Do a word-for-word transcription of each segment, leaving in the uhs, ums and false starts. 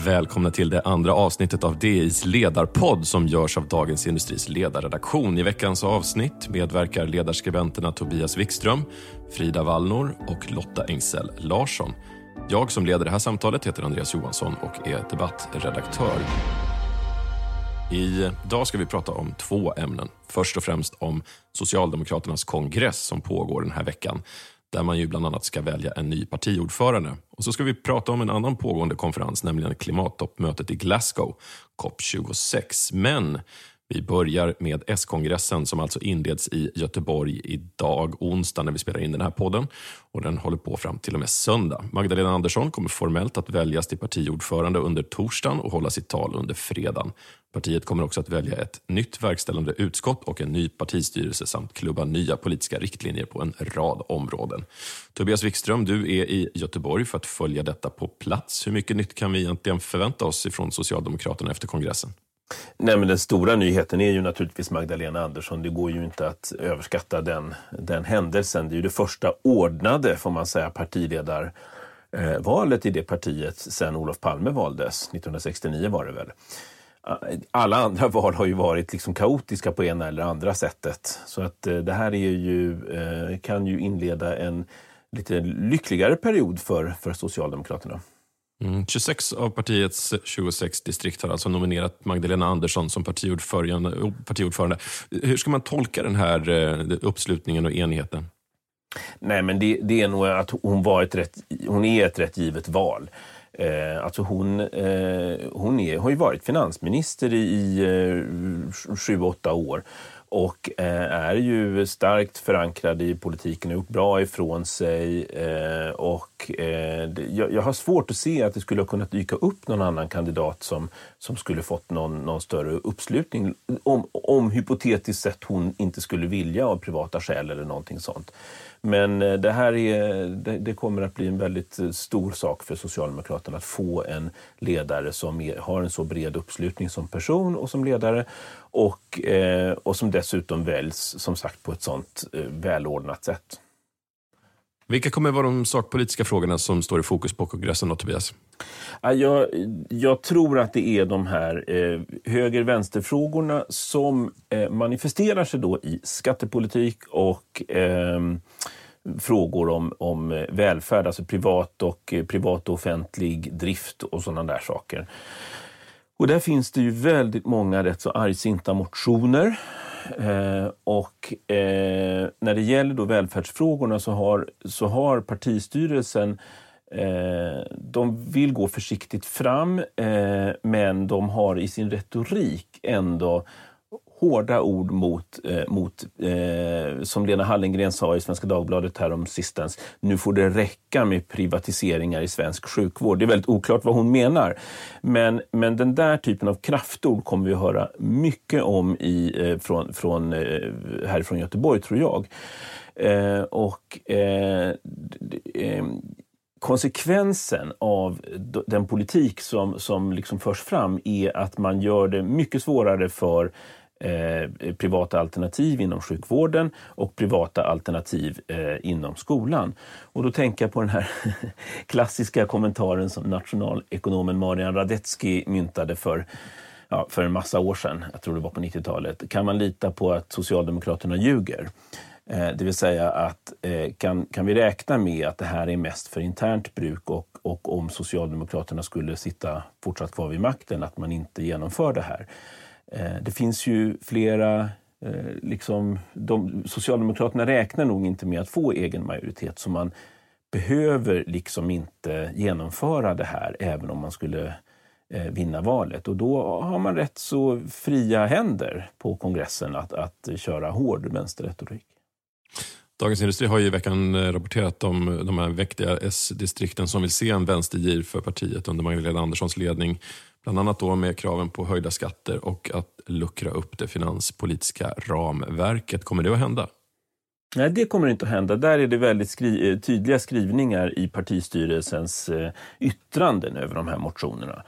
Välkomna till det andra avsnittet av D I:s ledarpodd som görs av Dagens Industris ledarredaktion. I veckans avsnitt medverkar ledarskribenterna Tobias Wikström, Frida Wallnor och Lotta Engsell Larsson. Jag som leder det här samtalet heter Andreas Johansson och är debattredaktör. Idag ska vi prata om två ämnen. Först och främst om Socialdemokraternas kongress som pågår den här veckan, där man ju bland annat ska välja en ny partiordförande. Och så ska vi prata om en annan pågående konferens, nämligen klimattoppmötet i Glasgow, C O P tjugosex. Men vi börjar med S-kongressen som alltså inleds i Göteborg idag, onsdag, när vi spelar in den här podden. Och den håller på fram till och med söndag. Magdalena Andersson kommer formellt att väljas till partiordförande under torsdagen och hålla sitt tal under fredagen. Partiet kommer också att välja ett nytt verkställande utskott och en ny partistyrelse samt klubba nya politiska riktlinjer på en rad områden. Tobias Wikström, du är i Göteborg för att följa detta på plats. Hur mycket nytt kan vi egentligen förvänta oss ifrån Socialdemokraterna efter kongressen? Nej, men den stora nyheten är ju naturligtvis Magdalena Andersson. Det går ju inte att överskatta den, den händelsen. Det är ju det första ordnade, får man säga, partiledarvalet i det partiet sedan Olof Palme valdes. nittonhundrasextionio var det väl. Alla andra val har ju varit liksom kaotiska på ena eller andra sättet. Så att det här är ju, kan ju inleda en lite lyckligare period för, för Socialdemokraterna. Mm, tjugosex av partiets tjugosex distrikt har alltså nominerat Magdalena Andersson som partiordförande. partiordförande. Hur ska man tolka den här uppslutningen och enigheten? Nej, men det, det är nog att hon, var ett rätt, hon är ett rätt givet val. Eh, alltså hon, eh, hon är, har ju varit finansminister i, i eh, sju, åtta år. Och eh, är ju starkt förankrad i politiken och gjort bra ifrån sig. Eh, och eh, det, jag, jag har svårt att se att det skulle ha kunnat dyka upp någon annan kandidat som, som skulle fått någon, någon större uppslutning. Om, om hypotetiskt sett hon inte skulle vilja av privata skäl eller någonting sånt. Men det här är, det, det kommer att bli en väldigt stor sak för Socialdemokraterna att få en ledare som är, har en så bred uppslutning som person och som ledare och, eh, och som dessutom väljs som sagt på ett sånt eh, välordnat sätt. Vilka kommer vara de sakpolitiska frågorna som står i fokus på kongressen då, Tobias? Jag, jag tror att det är de här eh, höger-vänsterfrågorna som eh, manifesterar sig då i skattepolitik och eh, frågor om, om välfärd, alltså privat och, eh, privat och offentlig drift och sådana där saker. Och där finns det ju väldigt många rätt så argsinta motioner. Eh, och eh, när det gäller då välfärdsfrågorna så har, så har partistyrelsen eh, de vill gå försiktigt fram eh, men de har i sin retorik ändå hårda ord mot, eh, mot eh, som Lena Hallengren sa i Svenska Dagbladet här om sistens, nu får det räcka med privatiseringar i svensk sjukvård. Det är väldigt oklart vad hon menar. Men, men den där typen av kraftord kommer vi att höra mycket om i, eh, från, från, eh, härifrån Göteborg, tror jag. Eh, och eh, eh, konsekvensen av den politik som, som liksom förs fram är att man gör det mycket svårare för Eh, privata alternativ inom sjukvården och privata alternativ eh, inom skolan. Och då tänker jag på den här klassiska kommentaren som nationalekonomen Marian Radetzky myntade för, ja, för en massa år sedan. Jag tror det var på nittiotalet. Kan man lita på att Socialdemokraterna ljuger? Eh, det vill säga att eh, kan, kan vi räkna med att det här är mest för internt bruk och, och om Socialdemokraterna skulle sitta fortsatt kvar vid makten att man inte genomför det här. Det finns ju flera, liksom, de, Socialdemokraterna räknar nog inte med att få egen majoritet så man behöver liksom inte genomföra det här även om man skulle vinna valet. Och då har man rätt så fria händer på kongressen att, att köra hård vänsterretorik. Dagens Industri har ju i veckan rapporterat om de här viktiga S-distrikten som vill se en vänstergir för partiet under Magdalena Anderssons ledning. Bland annat då med kraven på höjda skatter och att luckra upp det finanspolitiska ramverket. Kommer det att hända? Nej, det kommer inte att hända. Där är det väldigt skri- tydliga skrivningar i partistyrelsens eh, yttranden över de här motionerna.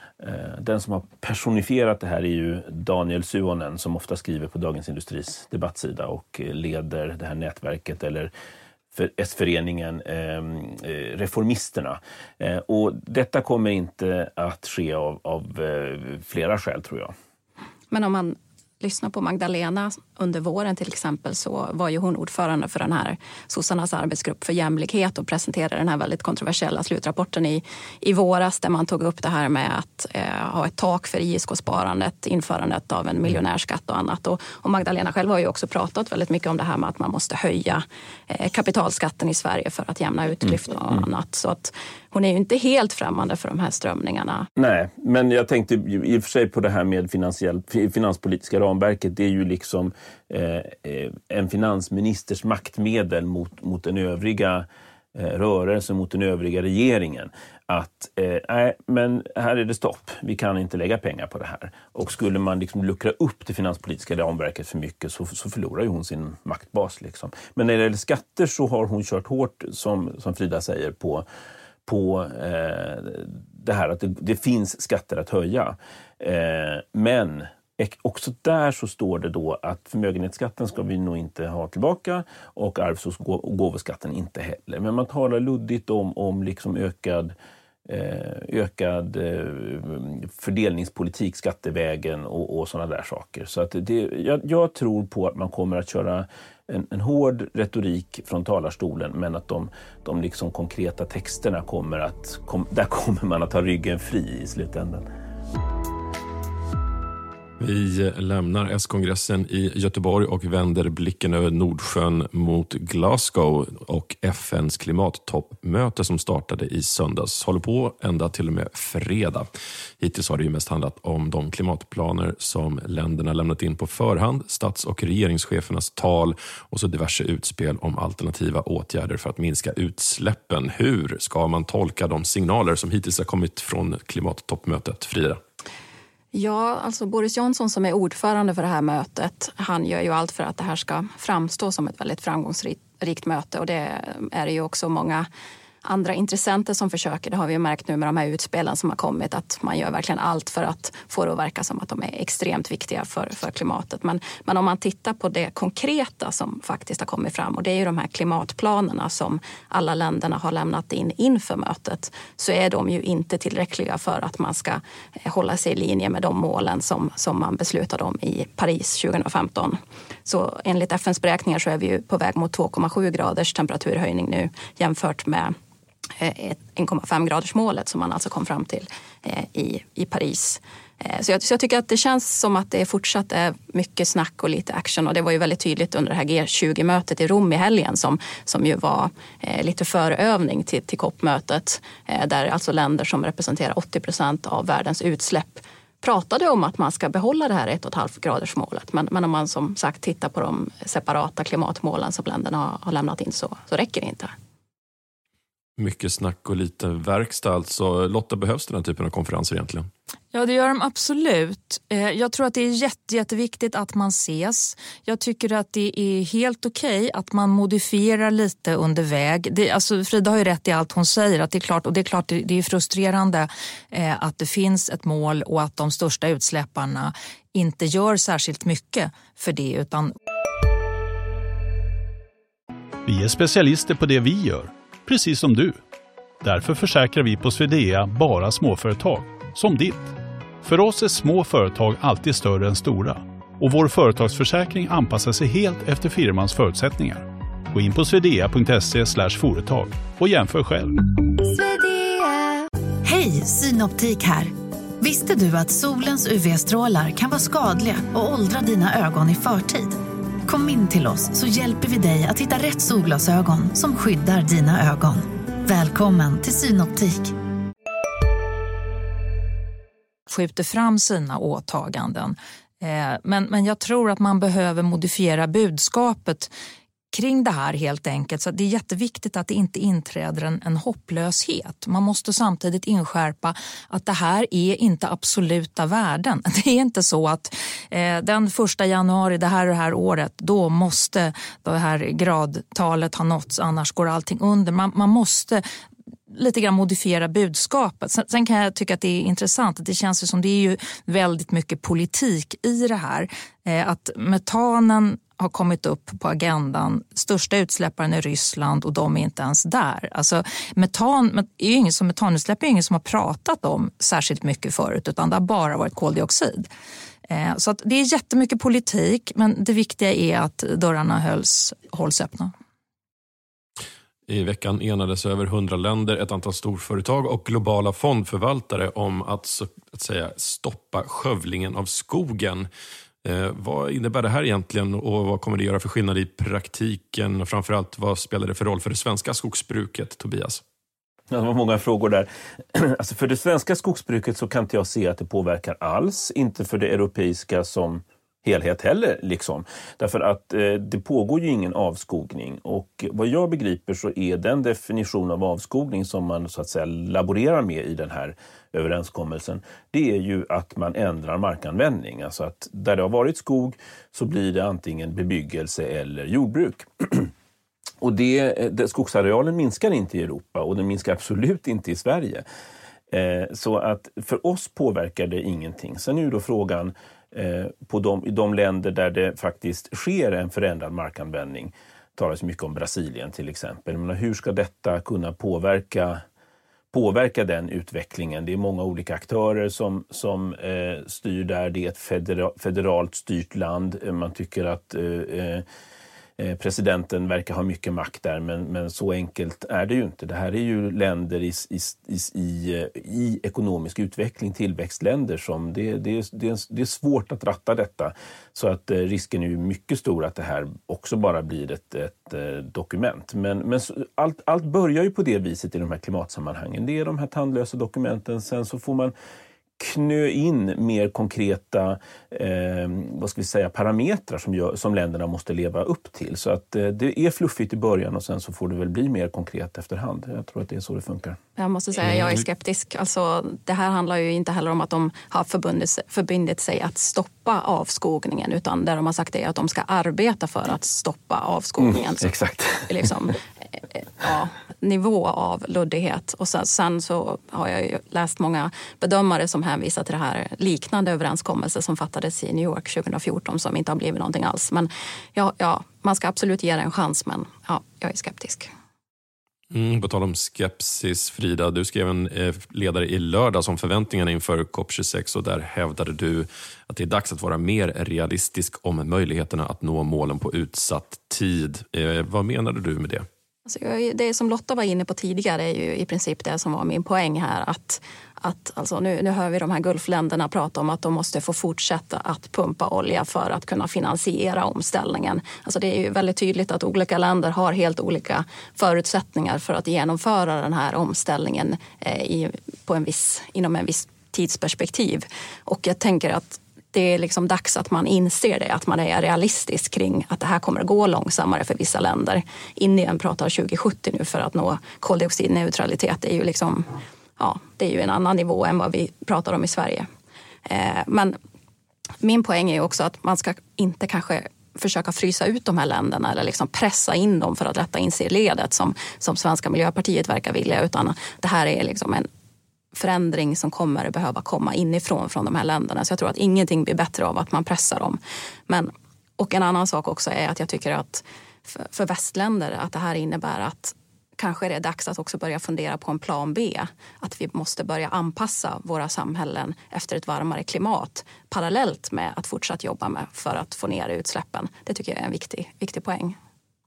Eh, den som har personifierat det här är ju Daniel Suonen som ofta skriver på Dagens Industris debattsida och leder det här nätverket eller för S-föreningen eh, Reformisterna. Eh, och detta kommer inte att ske av, av eh, flera skäl, tror jag. Men om man lyssnar på Magdalena under våren till exempel, så var ju hon ordförande för den här sossarnas arbetsgrupp för jämlikhet och presenterade den här väldigt kontroversiella slutrapporten i, i våras, där man tog upp det här med att eh, ha ett tak för I S K-sparandet, införandet av en miljonärskatt och annat. Och, och Magdalena själv har ju också pratat väldigt mycket om det här med att man måste höja eh, kapitalskatten i Sverige för att jämna ut klyftor och annat. Så att hon är ju inte helt främmande för de här strömningarna. Nej, men jag tänkte i och för sig på det här med finansiell, finanspolitiska ramverket. Det är ju liksom eh, en finansministers maktmedel mot, mot den övriga eh, rörelsen, mot den övriga regeringen. Att, eh, nej, men här är det stopp. Vi kan inte lägga pengar på det här. Och skulle man liksom luckra upp det finanspolitiska ramverket för mycket, så, så förlorar ju hon sin maktbas. Liksom. Men när det gäller skatter så har hon kört hårt, som, som Frida säger, på på eh, det här att det, det finns skatter att höja. Eh, men också där så står det då att förmögenhetsskatten ska vi nog inte ha tillbaka och arvs- och gåvoskatten inte heller. Men man talar luddigt om, om liksom ökad, eh, ökad eh, fördelningspolitik, skattevägen och, och sådana där saker. Så att det, jag, jag tror på att man kommer att köra En, en hård retorik från talarstolen, men att de, de liksom konkreta texterna kommer att, kom, där kommer man att ha ryggen fri i slutändan. Vi lämnar S-kongressen i Göteborg och vänder blicken över Nordsjön mot Glasgow och F N:s klimattoppmöte som startade i söndags. Håller på ända till och med fredag. Hittills har det ju mest handlat om de klimatplaner som länderna lämnat in på förhand, stats- och regeringschefernas tal och så diverse utspel om alternativa åtgärder för att minska utsläppen. Hur ska man tolka de signaler som hittills har kommit från klimattoppmötet, Frida? Ja, alltså Boris Johnson som är ordförande för det här mötet, han gör ju allt för att det här ska framstå som ett väldigt framgångsrikt möte, och det är det ju också många andra intressenter som försöker. Det har vi ju märkt nu med de här utspelen som har kommit, att man gör verkligen allt för att få det att verka som att de är extremt viktiga för, för klimatet. Men, men om man tittar på det konkreta som faktiskt har kommit fram, och det är ju de här klimatplanerna som alla länderna har lämnat in inför mötet, så är de ju inte tillräckliga för att man ska hålla sig i linje med de målen som, som man beslutade om i Paris tjugohundrafemton. Så enligt F N:s beräkningar så är vi ju på väg mot två komma sju graders temperaturhöjning nu jämfört med en komma fem graders målet som man alltså kom fram till i, i Paris. Så jag, så jag tycker att det känns som att det fortsatt är mycket snack och lite action, och det var ju väldigt tydligt under det här G tjugo-mötet i Rom i helgen som, som ju var eh, lite förövning till, till C O P-mötet, eh, där alltså länder som representerar åttio procent av världens utsläpp pratade om att man ska behålla det här ett komma fem graders målet. Men, men om man som sagt tittar på de separata klimatmålen som länderna har, har lämnat in, så, så räcker det inte. Mycket snack och lite verkstad. Alltså, Lotta, behövs den här typen av konferenser egentligen? Ja, det gör de absolut. Jag tror att det är jätte, jätteviktigt att man ses. Jag tycker att det är helt okej att man modifierar lite under väg. Det, alltså, Frida har ju rätt i allt hon säger. Att det är klart, och det är klart det är frustrerande eh, att det finns ett mål och att de största utsläpparna inte gör särskilt mycket för det. Utan... Vi är specialister på det vi gör, precis som du. Därför försäkrar vi på Swedea bara småföretag, som ditt. För oss är små företag alltid större än stora. Och vår företagsförsäkring anpassar sig helt efter firmans förutsättningar. Gå in på swedea punkt se slash företag och jämför själv. Hej, Synoptik här. Visste du att solens U V-strålar kan vara skadliga och åldra dina ögon i förtid? Kom in till oss så hjälper vi dig att hitta rätt solglasögon som skyddar dina ögon. Välkommen till Synoptik. Skjuter fram sina åtaganden. Eh, men, men jag tror att man behöver modifiera budskapet kring det här helt enkelt. Så det är jätteviktigt att det inte inträder en, en hopplöshet. Man måste samtidigt inskärpa att det här är inte absoluta värden. Det är inte så att eh, den första januari det här och det här året, då måste det här gradtalet ha nåtts, annars går allting under. Man, man måste lite grann modifiera budskapet. Sen, sen kan jag tycka att det är intressant att det känns som det är ju väldigt mycket politik i det här. Eh, att metanen har kommit upp på agendan. Största utsläpparen är Ryssland och de är inte ens där. Alltså, metan, är ju ingen som, metanutsläpp är ju ingen som har pratat om särskilt mycket förut, utan det har bara varit koldioxid. Eh, så att det är jättemycket politik, men det viktiga är att dörrarna hölls, hålls öppna. I veckan enades över hundra länder, ett antal storföretag och globala fondförvaltare om att, så att säga, stoppa skövlingen av skogen. Eh, vad innebär det här egentligen och vad kommer det göra för skillnad i praktiken? Och framförallt, vad spelar det för roll för det svenska skogsbruket, Tobias? Ja, det var många frågor där. Alltså för det svenska skogsbruket så kan inte jag se att det påverkar alls. Inte för det europeiska som helhet heller. Liksom. Därför att eh, det pågår ju ingen avskogning. Och vad jag begriper så är den definition av avskogning som man så att säga laborerar med i den här överenskommelsen, det är ju att man ändrar markanvändning. Alltså att där det har varit skog så blir det antingen bebyggelse eller jordbruk. Och det, det, skogsarealen minskar inte i Europa och den minskar absolut inte i Sverige. Eh, så att för oss påverkar det ingenting. Sen är ju då frågan eh, på de, i de länder där det faktiskt sker en förändrad markanvändning. Det talas mycket om Brasilien till exempel. Men hur ska detta kunna påverka, påverka den utvecklingen? Det är många olika aktörer som, som eh, styr där. Det är ett federa, federalt styrt land. Man tycker att Eh, presidenten verkar ha mycket makt där, men, men så enkelt är det ju inte. Det här är ju länder i, i, i, i ekonomisk utveckling, tillväxtländer, som det, det, det, det är svårt att ratta detta. Så att eh, risken är ju mycket stor att det här också bara blir ett, ett eh, dokument. Men, men allt, allt börjar ju på det viset i de här klimatsammanhangen. Det är de här tandlösa dokumenten, sen så får man knö in mer konkreta eh, vad ska vi säga, parametrar som, gör, som länderna måste leva upp till. Så att eh, det är fluffigt i början och sen så får det väl bli mer konkret efterhand. Jag tror att det är så det funkar. Jag måste säga jag är skeptisk. Alltså, det här handlar ju inte heller om att de har förbundit sig, förbundit sig att stoppa avskogningen, utan det de har sagt är att de ska arbeta för att stoppa avskogningen. Mm, exakt. Så, liksom, ja, nivå av luddighet. Och sen, sen så har jag ju läst många bedömare som hänvisar till det här liknande överenskommelse som fattades i New York tjugo fjorton som inte har blivit någonting alls. Men ja, ja, man ska absolut ge det en chans, men ja, jag är skeptisk. Mm, på tal om skepsis, Frida, du skrev en eh, ledare i lördag som förväntningarna inför C O P tjugosex och där hävdade du att det är dags att vara mer realistisk om möjligheterna att nå målen på utsatt tid. Eh, vad menade du med det? Alltså, det som Lotta var inne på tidigare är ju i princip det som var min poäng här. Att, att alltså, nu, nu hör vi de här Gulfländerna prata om att de måste få fortsätta att pumpa olja för att kunna finansiera omställningen. Alltså, det är ju väldigt tydligt att olika länder har helt olika förutsättningar för att genomföra den här omställningen eh, i, på en viss, inom en viss tidsperspektiv. Och jag tänker att det är liksom dags att man inser det, att man är realistisk kring att det här kommer att gå långsammare för vissa länder. Indien pratar tjugo sjuttio nu för att nå koldioxidneutralitet. Det är ju liksom, ja, det är ju en annan nivå än vad vi pratar om i Sverige. Eh, men min poäng är ju också att man ska inte kanske försöka frysa ut de här länderna eller liksom pressa in dem för att rätta in sig i ledet som, som Svenska Miljöpartiet verkar vilja, utan det här är liksom en förändring som kommer behöva komma inifrån från de här länderna. Så jag tror att ingenting blir bättre av att man pressar dem. Men, och en annan sak också är att jag tycker att för, för västländer att det här innebär att kanske det är dags att också börja fundera på en plan B. Att vi måste börja anpassa våra samhällen efter ett varmare klimat parallellt med att fortsatt jobba med för att få ner utsläppen. Det tycker jag är en viktig, viktig poäng.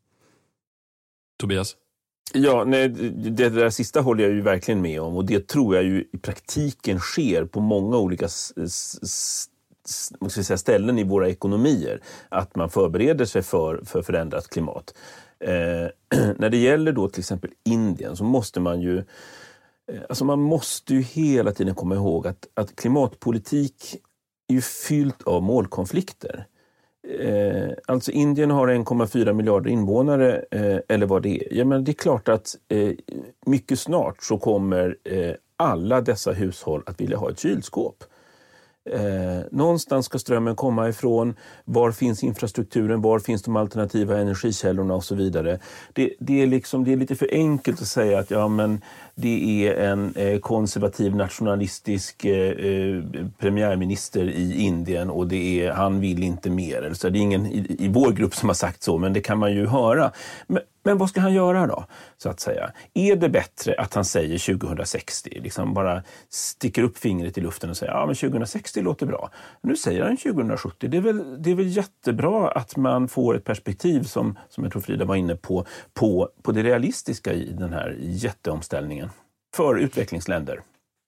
Tobias? Ja, nej, det där sista håller jag ju verkligen med om, och det tror jag ju i praktiken sker på många olika s- s- s- säga, ställen i våra ekonomier, att man förbereder sig för, för förändrat klimat. Eh, när det gäller då till exempel Indien så måste man ju eh, alltså man måste ju hela tiden komma ihåg att, att klimatpolitik är ju fyllt av målkonflikter. Eh, alltså Indien har en komma fyra miljarder invånare eh, eller vad det är. Ja, men det är klart att eh, mycket snart så kommer eh, alla dessa hushåll att vilja ha ett kylskåp. Eh, någonstans ska strömmen komma ifrån. Var finns infrastrukturen? Var finns de alternativa energikällorna och så vidare? Det, det, är, liksom, det är lite för enkelt att säga att ja, men det är en eh, konservativ nationalistisk eh, premiärminister i Indien och det är, han vill inte mer. Så det är ingen i, i vår grupp som har sagt så, men det kan man ju höra. Men, men vad ska han göra då, så att säga? Är det bättre att han säger tjugohundrasextio, liksom bara sticker upp fingret i luften och säger ja men tjugohundrasextio låter bra. Nu säger han tjugohundrasjuttio. Det är väl, det är väl jättebra att man får ett perspektiv som, som jag tror Frida var inne på, på, på det realistiska i den här jätteomställningen för utvecklingsländer.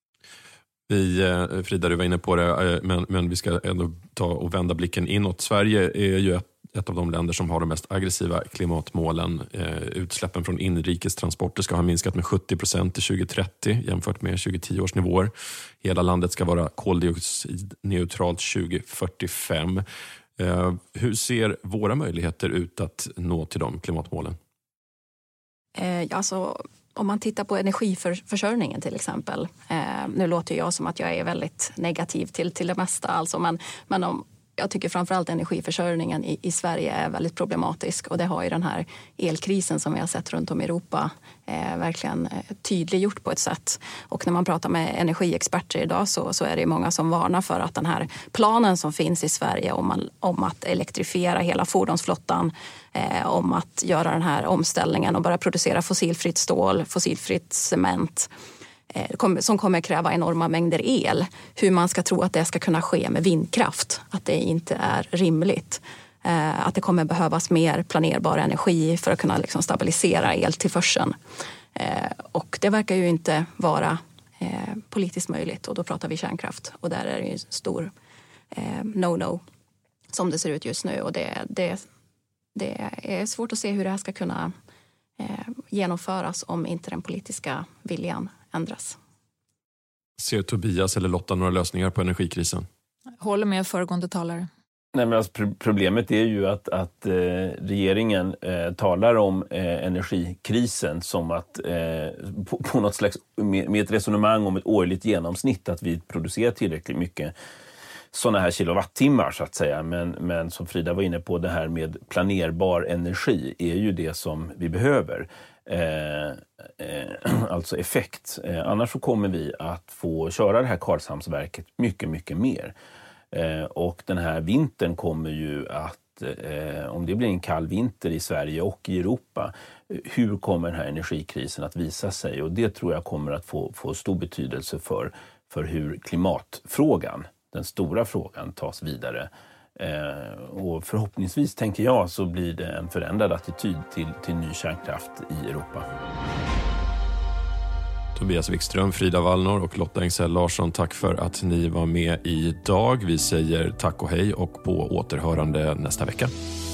Vi, Frida, du var inne på det, men, men vi ska ändå ta och vända blicken inåt. Sverige är ju ett, ett av de länder som har de mest aggressiva klimatmålen. Eh, utsläppen från inrikestransporter ska ha minskat med sjuttio procent till tjugohundratrettio jämfört med tjugohundratio års nivåer. Hela landet ska vara koldioxidneutralt tjugofyrtiofem. Eh, hur ser våra möjligheter ut att nå till de klimatmålen? Eh, alltså... Om man tittar på energiförsörjningen till exempel. Eh, nu låter jag som att jag är väldigt negativ till, till det mesta. Alltså, men men om, jag tycker framförallt energiförsörjningen i, i Sverige är väldigt problematisk. Och det har ju den här elkrisen som vi har sett runt om i Europa eh, verkligen eh, tydliggjort på ett sätt. Och när man pratar med energiexperter idag så, så är det många som varnar för att den här planen som finns i Sverige om, man, om att elektrifiera hela fordonsflottan, eh, om att göra den här omställningen och börja producera fossilfritt stål, fossilfritt cement, som kommer kräva enorma mängder el. Hur man ska tro att det ska kunna ske med vindkraft. Att det inte är rimligt. Att det kommer behövas mer planerbar energi för att kunna liksom stabilisera eltillförseln. Och det verkar ju inte vara politiskt möjligt. Och då pratar vi kärnkraft. Och där är det ju en stor no-no som det ser ut just nu. Och det, det, det är svårt att se hur det här ska kunna genomföras om inte den politiska viljan ändras. Ser Tobias eller Lotta några lösningar på energikrisen? Håller med föregående talare. Nej, men alltså, problemet är ju att, att eh, regeringen eh, talar om eh, energikrisen som att eh, på, på något slags med, med ett resonemang om ett årligt genomsnitt att vi producerar tillräckligt mycket sådana här kilowattimmar så att säga. Men, men som Frida var inne på, det här med planerbar energi är ju det som vi behöver. Eh, eh, alltså effekt. Eh, annars så kommer vi att få köra det här Karlshamnsverket mycket, mycket mer. Eh, och den här vintern kommer ju att, eh, om det blir en kall vinter i Sverige och i Europa, hur kommer den här energikrisen att visa sig? Och det tror jag kommer att få, få stor betydelse för, för hur klimatfrågan, den stora frågan, tas vidare. Eh, och förhoppningsvis, tänker jag, så blir det en förändrad attityd till, till ny kärnkraft i Europa. Tobias Wikström, Frida Wallnor och Lotta Engsell Larsson, tack för att ni var med idag. Vi säger tack och hej och på återhörande nästa vecka.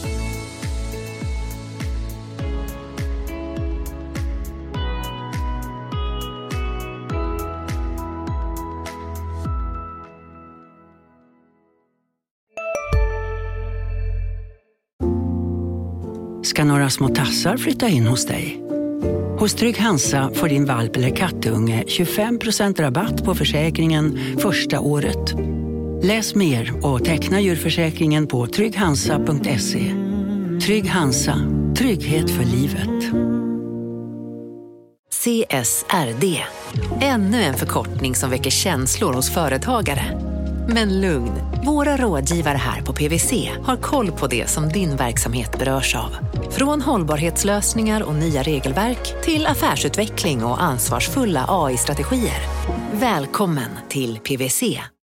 Ska några små tassar flytta in hos dig? Hos Trygg Hansa får din valp eller kattunge tjugofem procent rabatt på försäkringen första året. Läs mer och teckna djurförsäkringen på trygg hansa punkt se. Trygg Hansa, trygghet för livet. C S R D, ännu en förkortning som väcker känslor hos företagare. Men lugn, våra rådgivare här på P W C har koll på det som din verksamhet berörs av. Från hållbarhetslösningar och nya regelverk till affärsutveckling och ansvarsfulla A I-strategier. Välkommen till P W C.